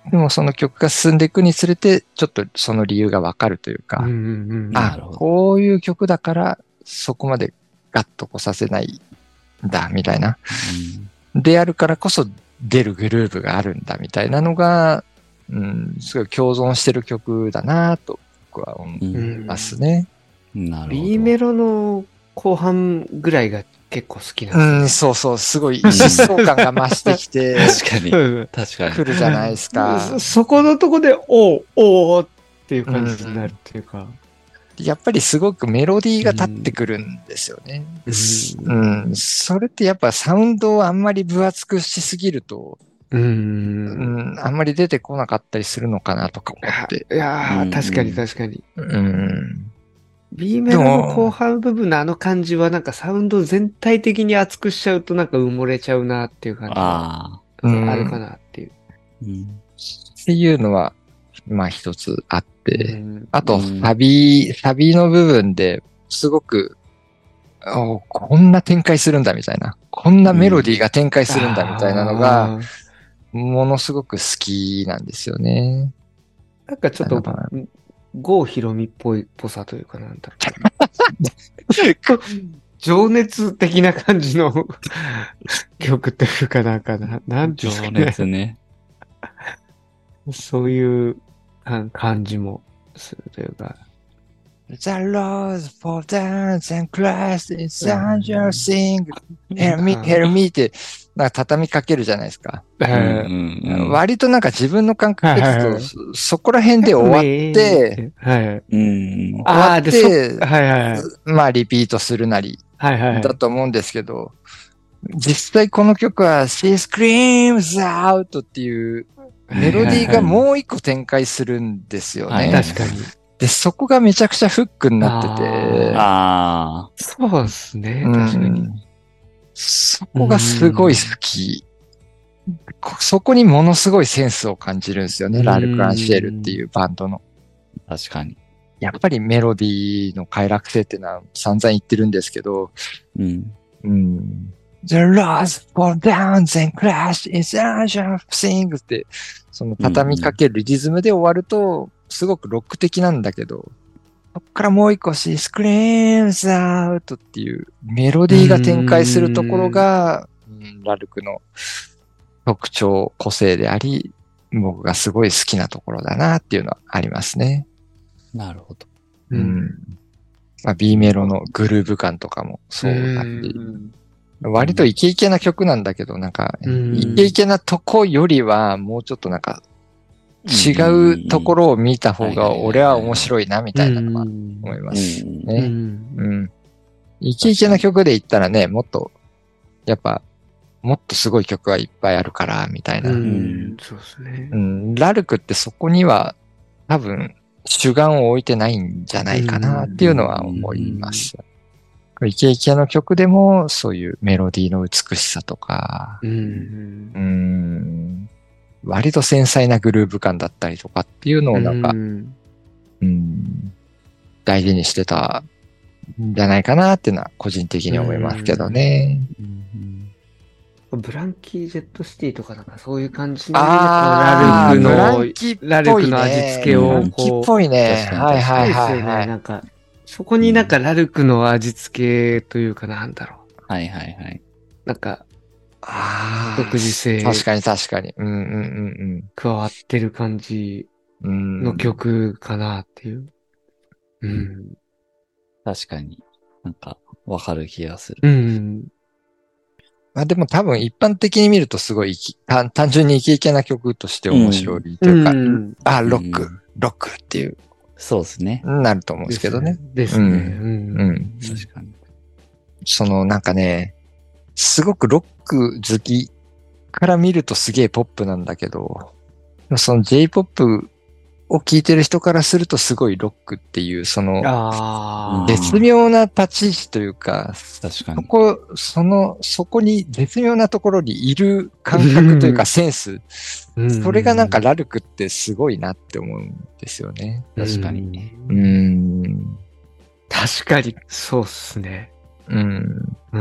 でもその曲が進んでいくにつれて、ちょっとその理由がわかるというか、うんうんうん、あ、こういう曲だから、そこまでガッと来させないんだ、みたいな。うん、であるからこそ出るグルーヴがあるんだ、みたいなのが、うん、すごい共存してる曲だなと僕は思いますね。 うん、なるほど。B メロの後半ぐらいが結構好きなんですね。 うん、そうそう、すごい疾走感が増してきて。 確かに。確かに。 来るじゃないですか。 そ, そこのとこで、おーおーっていう感じになるっていうか、 うん。やっぱりすごくメロディーが立ってくるんですよね。うん。うん、それってやっぱサウンドをあんまり分厚くしすぎると、うん、うん、あんまり出てこなかったりするのかなとか思って。 いやー、確かに確かに。 うん。 B メロの後半部分のあの感じはなんかサウンド全体的に厚くしちゃうとなんか埋もれちゃうなっていう感じがあるかなっていう。 うん、っていうのは、まあ一つあって、うん、あとサビ、サビの部分ですごく、おこんな展開するんだみたいな。こんなメロディーが展開するんだみたいなのが、ものすごく好きなんですよね。 なんかちょっと、郷ひろみっぽい、ぽさというかなんだろう。情熱的な感じの曲というかなんかな、なんていうか、ね、 情熱ね。 そういう感じもするというか。 The rose fall down and crash in such a sing. Help me, help me って、なんか畳みかけるじゃないですか。うんうんうん、割となんか自分の感覚ですと、はいはい、そ, そこら辺で終わって、はい、うん、終わって、はいはいはい、まあリピートするなり、だと思うんですけど、はいはい、実際この曲は She Screams Out っていうメロディーがもう一個展開するんですよね。はいはいはい、 確かに。 で、そこがめちゃくちゃフックになってて。 ああ。 そうですね。確かに、うん。 そこがすごい好き。そこにものすごいセンスを感じるんですよね。ラルク・アンシエルっていうバンドの。 確かに。 やっぱりメロディーの快楽性っていうのは散々言ってるんですけど。うん。うん。The rose fall down and crash in such a thing って、その畳みかけるリズムで終わると、すごくロック的なんだけど、そっからもう一個し、Screams Out っていうメロディーが展開するところが、うん、ラルクの特徴、個性であり、僕がすごい好きなところだなっていうのはありますね。 なるほど。 うん。まあ、B メロのグルーヴ感とかもそうだし、割とイケイケな曲なんだけど、なんか、イケイケなとこよりはもうちょっとなんか、違うところを見た方が俺は面白いなみたいなのは思いますね。うん。イケイケな曲で言ったらね、もっと、やっぱ、もっとすごい曲はいっぱいあるから、みたいな。うん。 そうですね。 うん。ラルクってそこには多分主眼を置いてないんじゃないかなっていうのは思います。イケイケの曲でもそういうメロディーの美しさとか、うん。うん割と繊細なグルーヴ感だったりとかっていうのをなんか、うん、うん大事にしてたんじゃないかなっていうのは個人的に思いますけどね。 うんうん、ブランキー・ジェット・シティとかなんかそういう感じのラルクの、ラルクの味付けをこう。 ブランキーっぽいね。はいはいはい、はい。 なんか、そこになんかラルクの味付けというかなんだろう。はいはいはい。 なんか、 あ独自性。 確かに確かに。うんうんうんうん。 加わってる感じの曲かなっていう。うん。うん、 確かに。なんか、わかる気がする。 うん。まあでも多分一般的に見るとすごい単単純にイケイケな曲として面白いというか、うん、あ、ロック、うん、ロックっていう。 そうですね。 なると思うんですけどね。 ですね。うん。 うん。確かに。そのなんかね、すごくロック好きから見るとすげえポップなんだけど、その J-ポップ を聴いてる人からするとすごいロックっていう、その、絶妙な立ち位置というか、 確かに。 そこ、その、そこに絶妙なところにいる感覚というかセンス、それがなんかラルクってすごいなって思うんですよね。 確かに。 うん。 確かに、そうっすね。 うん。 うん。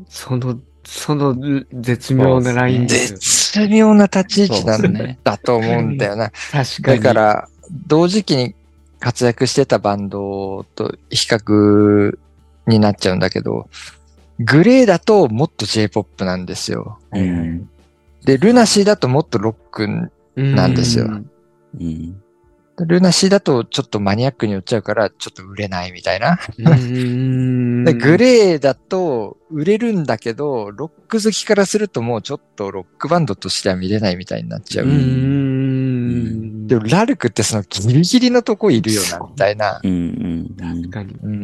その、その絶妙なラインですよね。絶妙な立ち位置なんだ、だと思うんだよな。 確かに。 だから、同時期に活躍してたバンドと比較になっちゃうんだけど、グレーだともっと J-ポップ なんですよ。 うん、 で、ルナシーだともっとロックなんですよ。うんうん、 ルナシーだとちょっとマニアックに寄っちゃうからちょっと売れないみたいな。 うんでグレーだと売れるんだけど、ロック好きからするともうちょっとロックバンドとしては見れないみたいになっちゃう。 うんでもラルクってそのギリギリのとこいるよな、みたいな。 うんうん、 確かに、 うん。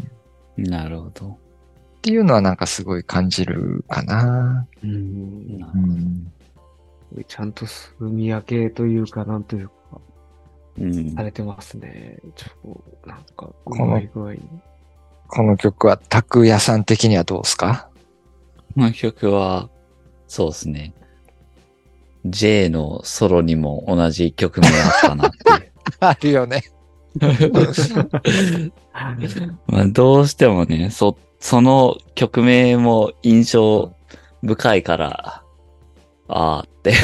なるほど。 っていうのはなんかすごい感じるかな。 うんうんちゃんと住み分けというか、なんというか、 うん、 されてますね。ちょっと、なんか、 このうまい具合に。 この曲は、拓也さん的にはどうですか？ この曲は、そうですね。J のソロにも同じ曲名あったなっていう。 あるよね。 まあどうしてもね、そ、その曲名も印象深いから、あーって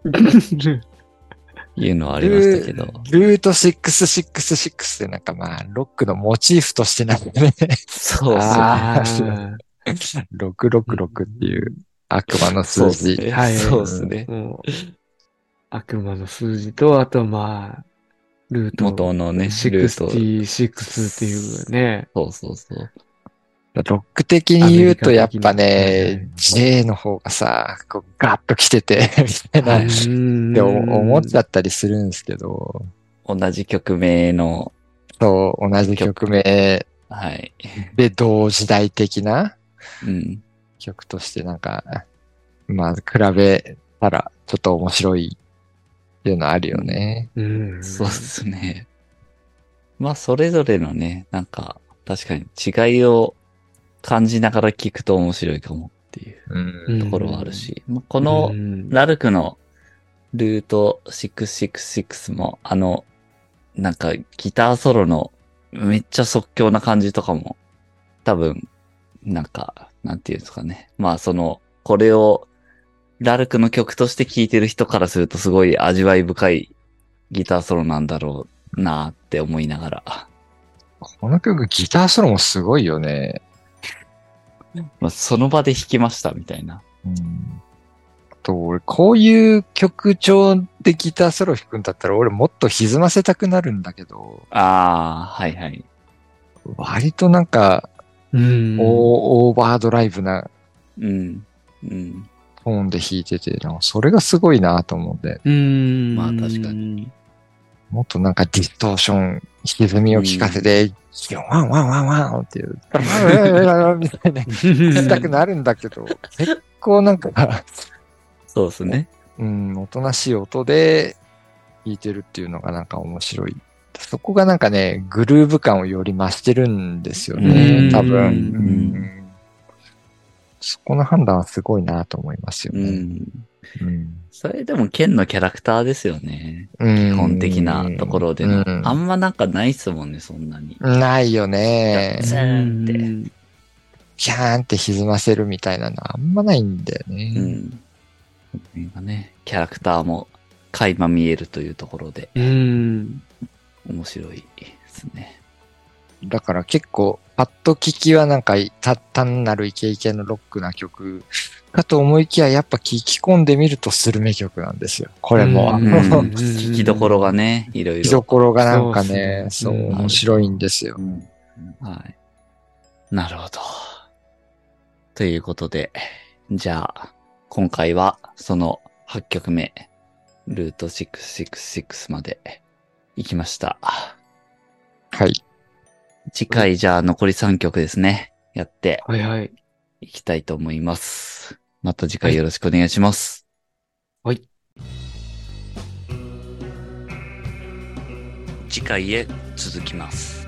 いうのはありましたけど。 ルートろくろくろくってなんかまあ、ロックのモチーフとしてなんかね。 そうそう。 ろくろくろくっていう悪魔の数字。 そうはい。そうですね。 悪魔の数字と、あとまあ、ルート。 元のね、 ルート。ろくろくっていうね。 そうそうそう。 ロック的に言うとやっぱね、J の方がさ、こうガッと来てて、みたいな、って思っちゃったりするんですけど。 同じ曲名の。 そう、同じ曲名。 はい。 で、同時代的なうん、 曲としてなんか、まあ、比べたらちょっと面白いっていうのあるよね。 うん、そうですね。まあ、それぞれのね、なんか、確かに違いを感じながら聞くと面白いかもっていうところはあるし、うん、このラルクのルートろくろくろくもあの、なんかギターソロのめっちゃ即興な感じとかも多分、なんか、なんていうんですかね。まあその、これをラルクの曲として聴いてる人からするとすごい味わい深いギターソロなんだろうなって思いながら。 この曲ギターソロもすごいよね。 まあ、その場で弾きましたみたいな。 うん、と俺こういう曲調でギターソロ弾くんだったら俺もっと歪ませたくなるんだけど。 ああ、はいはい。 割となんか、 うんオーバードライブなうんうん、 トーンで弾いてて、なんかそれがすごいなと思って。 うん。まあ確かに。 もっとなんかディストーション、歪みを聞かせて、ワンワンワンワンっていう、みたいな、聞きたくなるんだけど、結構なんか、 そうですね。 うん、おとなしい音で弾いてるっていうのがなんか面白い。そこがなんかね、グルーヴ感をより増してるんですよね、多分、うん。そこの判断はすごいなと思いますよね。うんうん、それでも剣のキャラクターですよね。基本的なところでの。あんまなんかないっすもんね、そんなに。 ないよね。 ザーンって。 キャーンって歪ませるみたいなのあんまないんだよね。うん。 今ね、キャラクターも垣間見えるというところで。 うん。 面白いですね。 だから結構、パッと聞きはなんか、単なるイケイケのロックな曲かと思いきや、やっぱ聞き込んでみるとスルメ曲なんですよ。これも。 聞きどころがね、いろいろ。 聞きどころがなんかね、そう、そう面白いんですよ、 うんはい。なるほど。ということで、じゃあ、今回はそのはちきょくめ、ルートろくろくろくまで行きました。 はい。 次回じゃあ残りさんきょくですね。やって。 はいはい。 いきたいと思います。また次回よろしくお願いします。 はい。 次回へ続きます。